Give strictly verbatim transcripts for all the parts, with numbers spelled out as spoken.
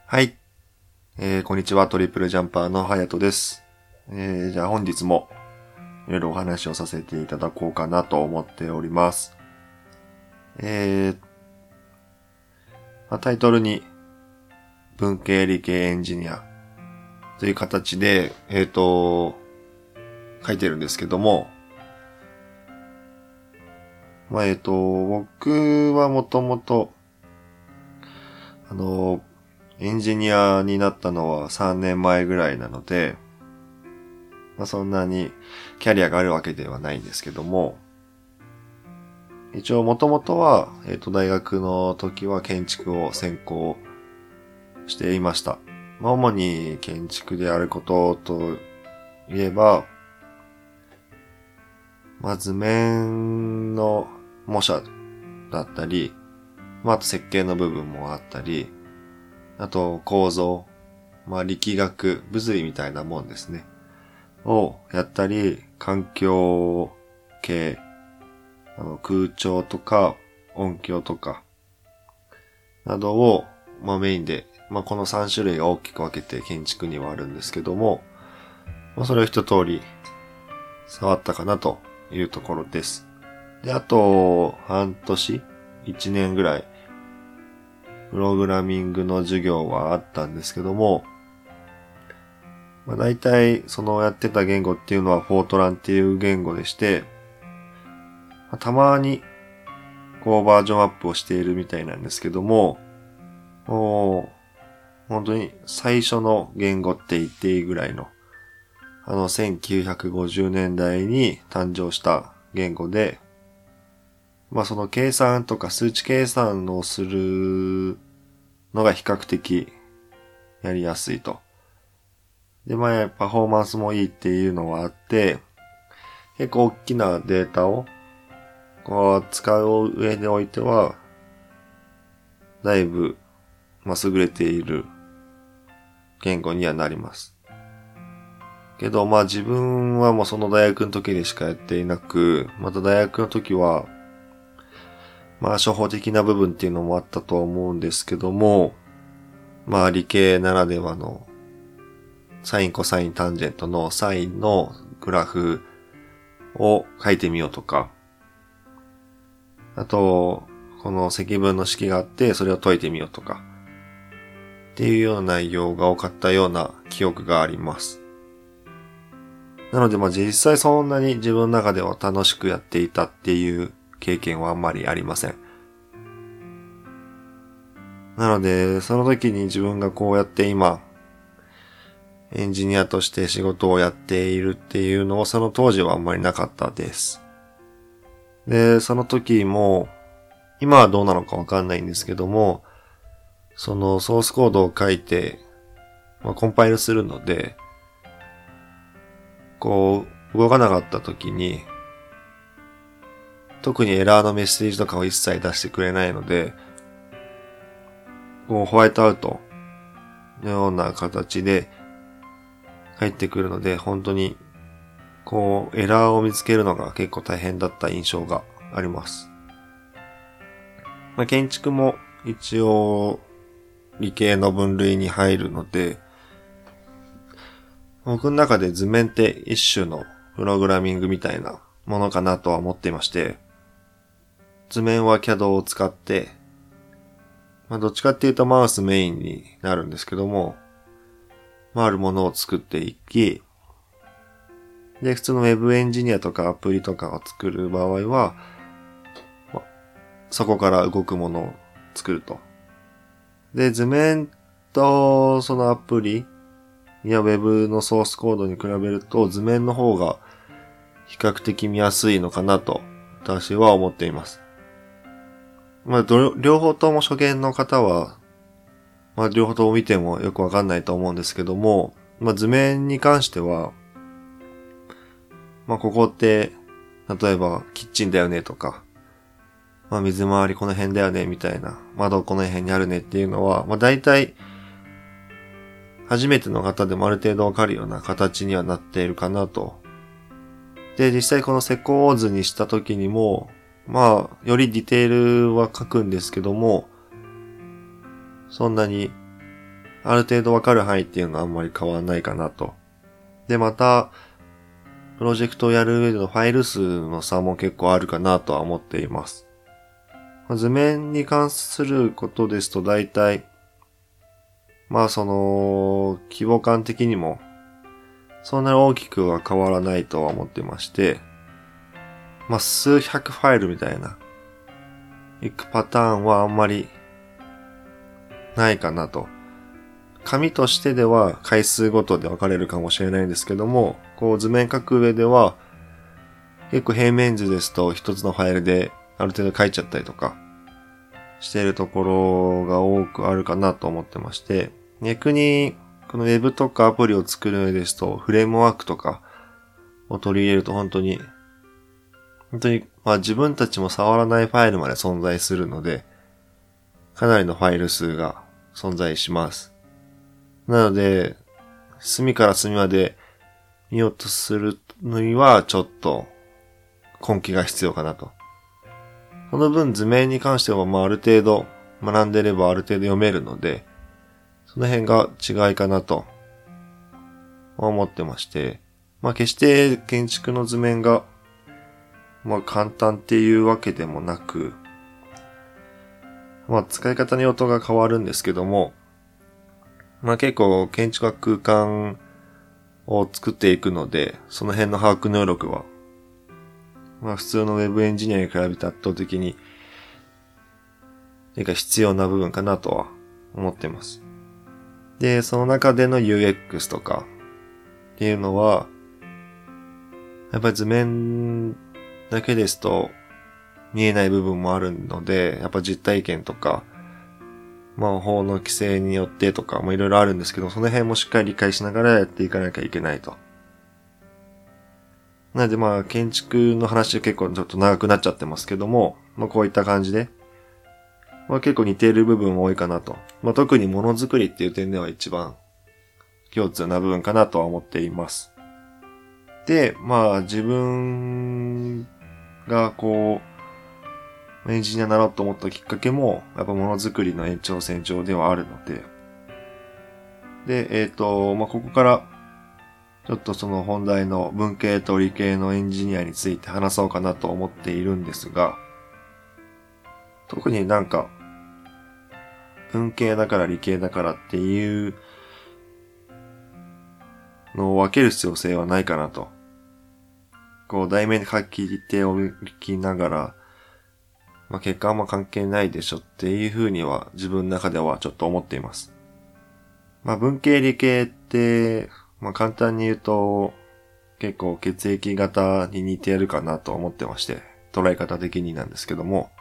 はい、えー、こんにちは。トリプルジャンパーのハヤトです。えー、じゃあ本日もいろいろお話をさせていただこうかなと思っております。えー、まあ、タイトルに文系理系エンジニアという形で、えっと、書いてるんですけども、まあ、えっと、僕はもともと、あの、エンジニアになったのはさんねんまえぐらいなので、まあ、そんなにキャリアがあるわけではないんですけども、一応もともとは、えっと、大学の時は建築を専攻していました。まあ、主に建築であることといえば、まあ、図面の模写だったり、まあ、あと設計の部分もあったり、あと構造、まあ、力学、物理みたいなもんですね。をやったり、環境系、あの空調とか音響とか、などを、まあ、メインで、まあ、このさん種類が大きく分けて建築にはあるんですけども、まあ、それを一通り触ったかなというところです。で、あと、半年、一年ぐらい、プログラミングの授業はあったんですけども、まあ、大体、そのやってた言語っていうのはフォートランっていう言語でして、まあ、たまに、こうバージョンアップをしているみたいなんですけども、もう、本当に最初の言語って言っていいぐらいの、あのせんきゅうひゃくごじゅうねんだいに誕生した言語で、まあその計算とか数値計算をするのが比較的やりやすいと。で、まあパフォーマンスもいいっていうのはあって、結構大きなデータをこう使う上においては、だいぶ、まあ、優れている言語にはなります。けど、まあ自分はもうその大学の時でしかやっていなく、また大学の時は、まあ初歩的な部分っていうのもあったと思うんですけども、まあ理系ならではのサインコサインタンジェントのサインのグラフを書いてみようとか、あと、この積分の式があってそれを解いてみようとか、っていうような内容が多かったような記憶があります。なのでまあ実際そんなに自分の中では楽しくやっていたっていう経験はあんまりありません。なのでその時に自分がこうやって今エンジニアとして仕事をやっているっていうのをその当時はあんまりなかったです。で、その時も今はどうなのかわかんないんですけども、そのソースコードを書いて、まあ、コンパイルするので、こう、動かなかった時に、特にエラーのメッセージとかを一切出してくれないので、こう、ホワイトアウトのような形で返ってくるので、本当に、こう、エラーを見つけるのが結構大変だった印象があります。まあ、建築も一応、理系の分類に入るので、僕の中で図面って一種のプログラミングみたいなものかなとは思っていまして、図面は キャド を使って、まあどっちかっていうとマウスメインになるんですけども、まああるものを作っていき、で、普通のウェブエンジニアとかアプリとかを作る場合は、まあ、そこから動くものを作ると。で、図面とそのアプリやウェブのソースコードに比べると図面の方が比較的見やすいのかなと私は思っています。まあ、両方とも初見の方は、まあ、両方とも見てもよくわかんないと思うんですけども、まあ、図面に関しては、まあ、ここって、例えば、キッチンだよねとか、まあ、水回りこの辺だよねみたいな、窓この辺にあるねっていうのは、まあ、大体、初めての方でもある程度わかるような形にはなっているかなと。で、実際この施工図にした時にも、まあ、よりディテールは書くんですけども、そんなにある程度わかる範囲っていうのはあんまり変わらないかなと。で、また、プロジェクトをやる上でのファイル数の差も結構あるかなとは思っています。図面に関することですと大体、まあその、規模感的にも、そんなに大きくは変わらないとは思ってまして、まあ数百ファイルみたいな、いくパターンはあんまりないかなと。紙としてでは回数ごとで分かれるかもしれないんですけども、こう図面書く上では、結構平面図ですと一つのファイルである程度書いちゃったりとかしているところが多くあるかなと思ってまして、逆にこのウェブとかアプリを作る上ですとフレームワークとかを取り入れると本当に本当にまあ自分たちも触らないファイルまで存在するので、かなりのファイル数が存在します。なので、隅から隅まで見ようとするのにはちょっと根気が必要かなと。その分図面に関してはまあある程度学んでればある程度読めるので、その辺が違いかなと思ってまして、まあ決して建築の図面がまあ簡単っていうわけでもなく、まあ使い方によってが変わるんですけども、まあ結構建築は空間を作っていくので、その辺の把握能力は、まあ普通のウェブエンジニアに比べて圧倒的に、必要な部分かなとは思ってます。で、その中での ユーエックス とかっていうのは、やっぱり図面だけですと見えない部分もあるので、やっぱ実体験とか、まあ法の規制によってとかもいろいろあるんですけど、その辺もしっかり理解しながらやっていかなきゃいけないと。なのでまあ建築の話結構ちょっと長くなっちゃってますけども、まあこういった感じで、まあ結構似ている部分も多いかなと。まあ特にものづくりっていう点では一番共通な部分かなとは思っています。で、まあ自分がこう、エンジニアになろうと思ったきっかけも、やっぱものづくりの延長線上ではあるので、で、えっと、まあ、ここから、ちょっとその本題の文系と理系のエンジニアについて話そうかなと思っているんですが、特になんか、文系だから理系だからっていうのを分ける必要性はないかなと。こう、題名に書き手を置きながら、まあ、結果あんま関係ないでしょっていう風には自分の中ではちょっと思っています。まあ、文系理系って、まあ、簡単に言うと結構血液型に似てるかなと思ってまして、捉え方的になんですけども、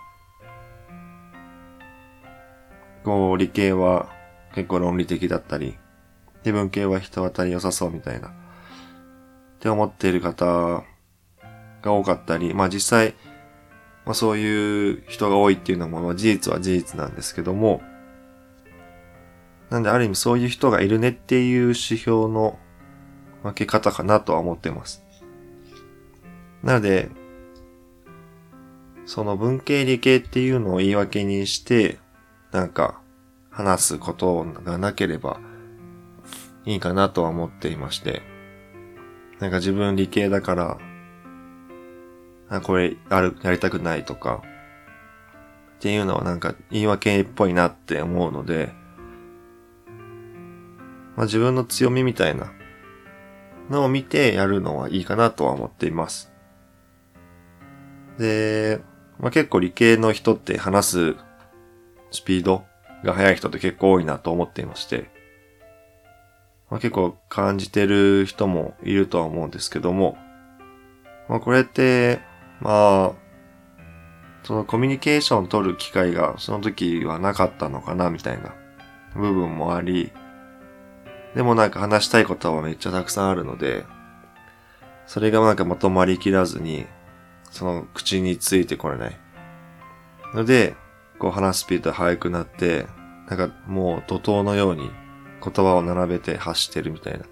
こう理系は結構論理的だったり、で文系は人当たり良さそうみたいなって思っている方が多かったり、まあ実際まあそういう人が多いっていうのも事実は事実なんですけども、なんである意味そういう人がいるねっていう指標の分け方かなとは思ってます。なので、その文系理系っていうのを言い訳にして、なんか話すことがなければいいかなとは思っていまして、なんか自分理系だから、あ、これある、やりたくないとか、っていうのはなんか言い訳っぽいなって思うので、まあ、自分の強みみたいなのを見てやるのはいいかなとは思っています。で、まあ、結構理系の人って話すスピードが速い人って結構多いなと思っていまして、まあ、結構感じてる人もいるとは思うんですけども、まあ、これって、まあ、そのコミュニケーションを取る機会がその時はなかったのかなみたいな部分もあり、でもなんか話したいことはめっちゃたくさんあるので、それがなんかまとまりきらずに、その口についてこれない。ので、こう話すスピードが速くなって、なんかもう怒涛のように言葉を並べて発してるみたいな。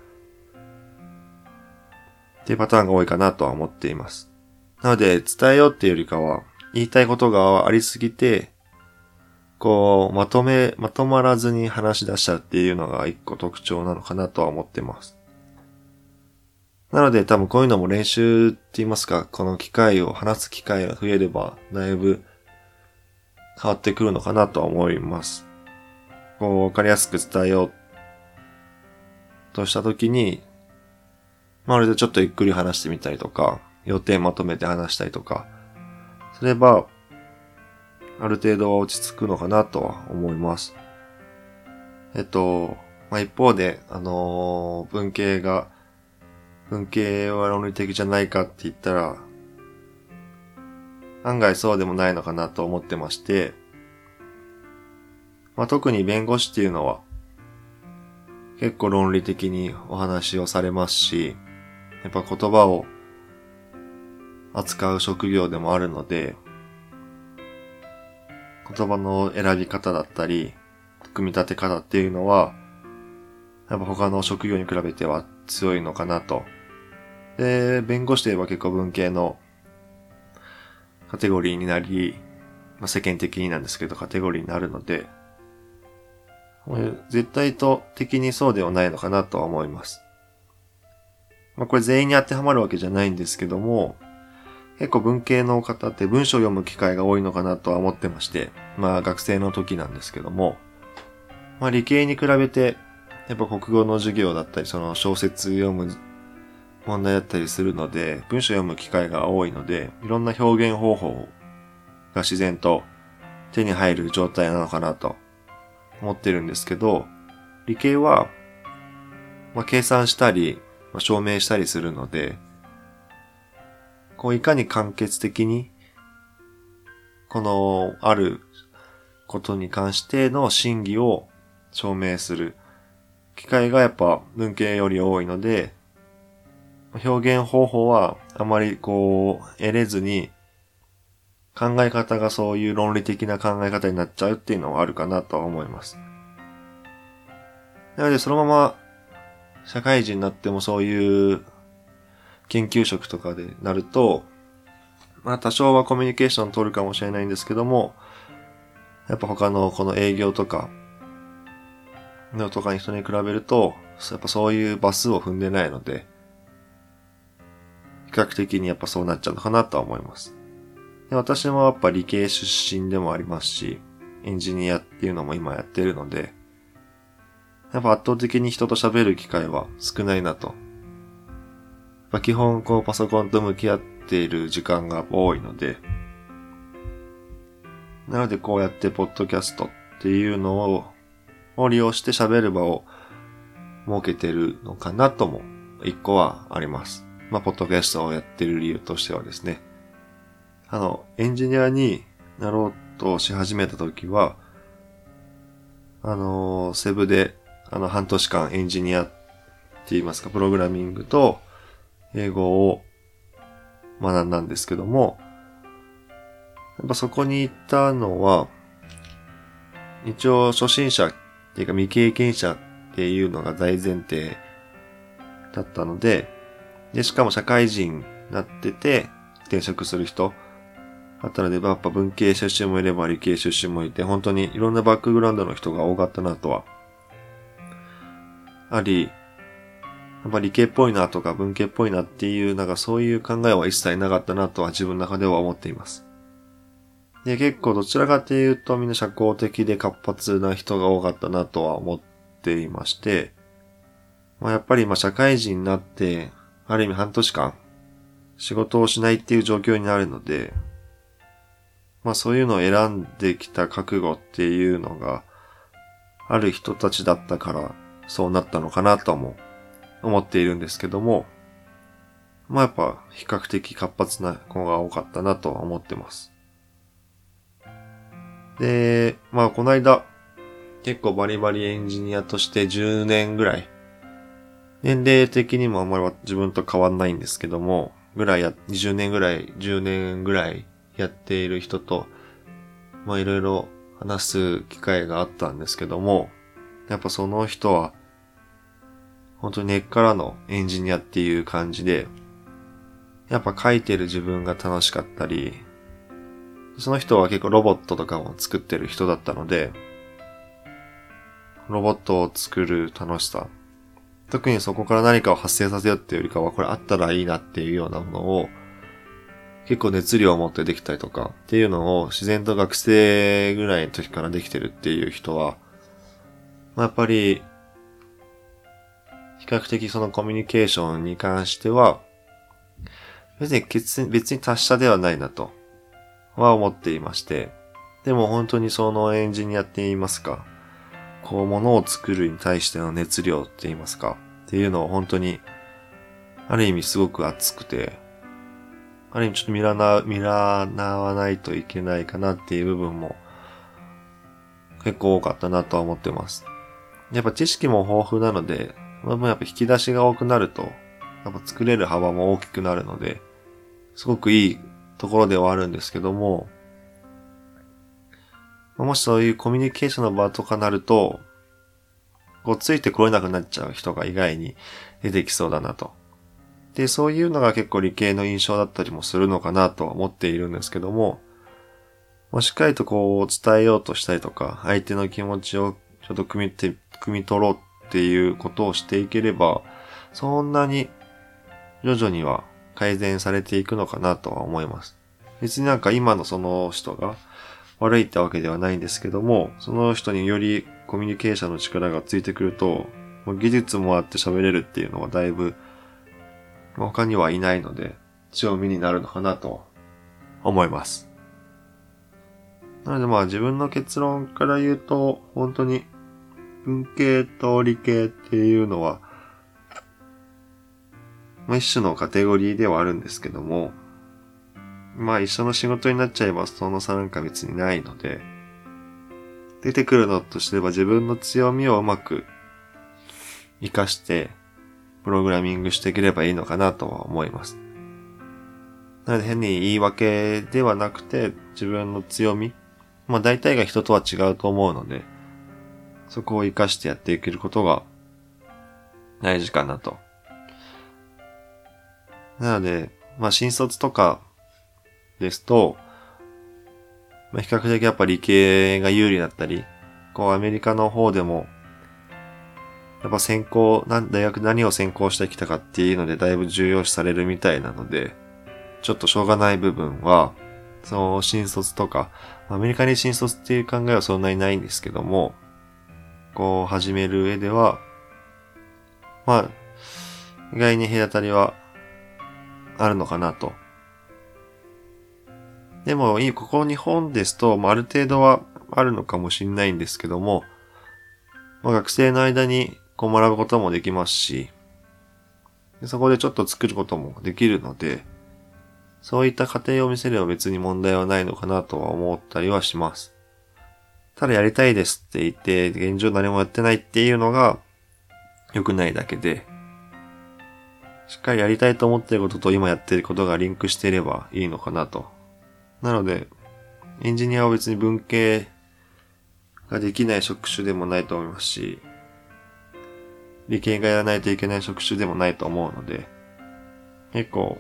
っていうパターンが多いかなとは思っています。なので、伝えようっていうよりかは、言いたいことがありすぎて、 こう、まとめ、まとまらずに話し出しちゃうっていうのが一個特徴なのかなとは思ってます。なので多分こういうのも練習って言いますか、この機会を、話す機会が増えれば、だいぶ変わってくるのかなとは思います。こう、わかりやすく伝えようとしたときに、まるでちょっとゆっくり話してみたりとか、予定まとめて話したりとか、すれば、ある程度落ち着くのかなとは思います。えっと、まあ、一方で、あのー、文系が、文系は論理的じゃないかって言ったら、案外そうでもないのかなと思ってまして、まあ、特に弁護士っていうのは、結構論理的にお話をされますし、やっぱ言葉を扱う職業でもあるので、言葉の選び方だったり、組み立て方っていうのは、やっぱ他の職業に比べては強いのかなと。で、弁護士といえば結構文系のカテゴリーになり、まあ、世間的になんですけどカテゴリーになるので、絶対と的にそうではないのかなとは思います。まあこれ全員に当てはまるわけじゃないんですけども、結構文系の方って文章を読む機会が多いのかなとは思ってまして、まあ学生の時なんですけども、まあ理系に比べて、やっぱ国語の授業だったり、その小説読む問題だったりするので、文章を読む機会が多いので、いろんな表現方法が自然と手に入る状態なのかなと思ってるんですけど、理系は、まあ、計算したり、まあ、証明したりするので、こういかに簡潔的に、このあることに関しての真偽を証明する機会がやっぱ文系より多いので、表現方法はあまりこう得れずに、考え方がそういう論理的な考え方になっちゃうっていうのはあるかなとは思います。なのでそのまま社会人になってもそういう研究職とかでなると、まあ多少はコミュニケーション取るかもしれないんですけども、やっぱ他のこの営業とかのとかに人に比べると、やっぱそういう場数を踏んでないので、比較的にやっぱそうなっちゃうのかなとは思います。で、私もやっぱ理系出身でもありますし、エンジニアっていうのも今やってるので、やっぱ圧倒的に人と喋る機会は少ないなと。やっぱ基本こうパソコンと向き合っている時間が多いので、なのでこうやってポッドキャストっていうのを、を利用して喋る場を設けてるのかなとも一個はあります。まあ、ポッドキャストをやってる理由としてはですね。あの、エンジニアになろうとし始めた時は、あの、セブで、あの、半年間エンジニアって言いますか、プログラミングと英語を学んだんですけども、やっぱそこに行ったのは、一応初心者っていうか未経験者っていうのが大前提だったので、で、しかも社会人になってて転職する人だったので、やっぱ文系出身もいれば理系出身もいて、本当にいろんなバックグラウンドの人が多かったなとはあり、やっぱ理系っぽいなとか文系っぽいなっていう、なんかそういう考えは一切なかったなとは自分の中では思っています。で、結構どちらかというとみんな社交的で活発な人が多かったなとは思っていまして、まあ、やっぱり今社会人になって、ある意味半年間仕事をしないっていう状況になるので、まあそういうのを選んできた覚悟っていうのがある人たちだったからそうなったのかなとも思っているんですけども、まあやっぱ比較的活発な子が多かったなとは思ってます。で、まあこの間結構バリバリエンジニアとしてじゅうねんぐらい、年齢的にもあんまり自分と変わんないんですけども、ぐらいや、にじゅうねんぐらい、じゅうねんぐらいやっている人と、まあいろいろ話す機会があったんですけども、やっぱその人は、本当に根っからのエンジニアっていう感じで、やっぱ書いてる自分が楽しかったり、 その人は結構ロボットとかも作ってる人だったので、ロボットを作る楽しさ。特にそこから何かを発生させようっていうよりかは、これあったらいいなっていうようなものを、結構熱量を持ってできたりとかっていうのを自然と学生ぐらいの時からできてるっていう人は、まあ、やっぱり、比較的そのコミュニケーションに関しては、別に別に達者ではないなとは思っていまして、でも本当にそのエンジニアって言いますか、こう物を作るに対しての熱量って言いますか、っていうのを本当に、ある意味すごく熱くて、ある意味ちょっと見習わ、見習わないといけないかなっていう部分も結構多かったなとは思ってます。やっぱ知識も豊富なので、その分やっぱ引き出しが多くなると、やっぱ作れる幅も大きくなるので、すごくいいところではあるんですけども、もしそういうコミュニケーションの場とかなると、こうついてこれなくなっちゃう人が意外に出てきそうだなと。で、そういうのが結構理系の印象だったりもするのかなとは思っているんですけども、もしっかりとこう伝えようとしたりとか、相手の気持ちをちょっと汲みて、汲み取ろうっていうことをしていければ、そんなに徐々には改善されていくのかなとは思います。別になんか今のその人が悪いってわけではないんですけども、その人によりコミュニケーションの力がついてくると、技術もあって喋れるっていうのはだいぶ他にはいないので、強みになるのかなと思います。なのでまあ自分の結論から言うと、本当に文系と理系っていうのは、まあ一種のカテゴリーではあるんですけども、まあ一緒の仕事になっちゃえばその差なんか別にないので、出てくるのとすれば自分の強みをうまく活かしてプログラミングしていければいいのかなとは思います。なので変に言い訳ではなくて自分の強み、まあ大体が人とは違うと思うので、そこを活かしてやっていけることが大事かなと。なので、まあ新卒とかですと、まあ、比較的やっぱ理系が有利だったり、こうアメリカの方でも、やっぱ専攻、大学何を専攻してきたかっていうのでだいぶ重要視されるみたいなので、ちょっとしょうがない部分は、その新卒とか、アメリカに新卒っていう考えはそんなにないんですけども、こう始める上では、まあ、意外に隔たりはあるのかなと。でもいい、ここ日本ですと、まあ、ある程度はあるのかもしれないんですけども、まあ、学生の間にこう学ぶこともできますし、そこでちょっと作ることもできるので、そういった過程を見せれば別に問題はないのかなとは思ったりはします。ただやりたいですって言って、現状何もやってないっていうのが良くないだけで、しっかりやりたいと思っていることと今やっていることがリンクしていればいいのかなと。なので、エンジニアは別に文系ができない職種でもないと思いますし、理系がやらないといけない職種でもないと思うので、結構、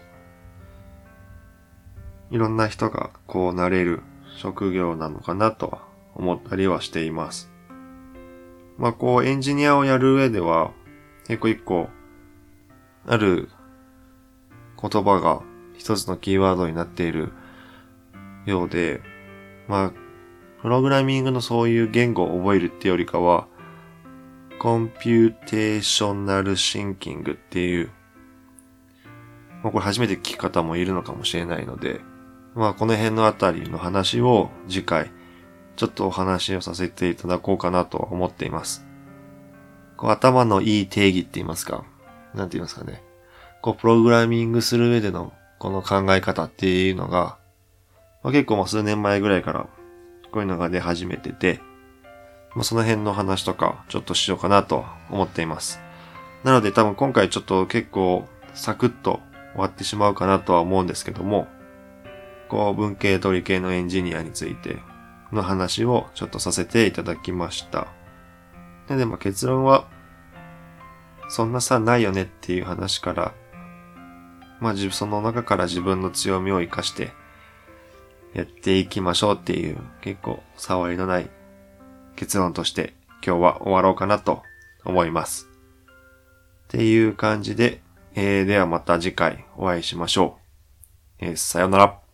いろんな人がこうなれる職業なのかなと思ったりはしています。まあこうエンジニアをやる上では、結構一個、ある言葉が一つのキーワードになっているようで、まあ、プログラミングのそういう言語を覚えるっていうよりかは、コンピューテーショナルシンキングっていう、まあこれ初めて聞く方もいるのかもしれないので、まあこの辺のあたりの話を次回、ちょっとお話をさせていただこうかなと思っています。こう頭のいい定義って言いますか、なんて言いますかね。こうプログラミングする上でのこの考え方っていうのが、まあ、結構もう数年前ぐらいからこういうのが出始めてて、まあ、その辺の話とかちょっとしようかなと思っています。なので多分今回ちょっと結構サクッと終わってしまうかなとは思うんですけども、こう文系と理系のエンジニアについての話をちょっとさせていただきました。で、でも結論はそんな差ないよねっていう話から、まあその中から自分の強みを活かしてやっていきましょうっていう結構触りのない結論として今日は終わろうかなと思います。っていう感じで、えー、ではまた次回お会いしましょう。えー、さようなら。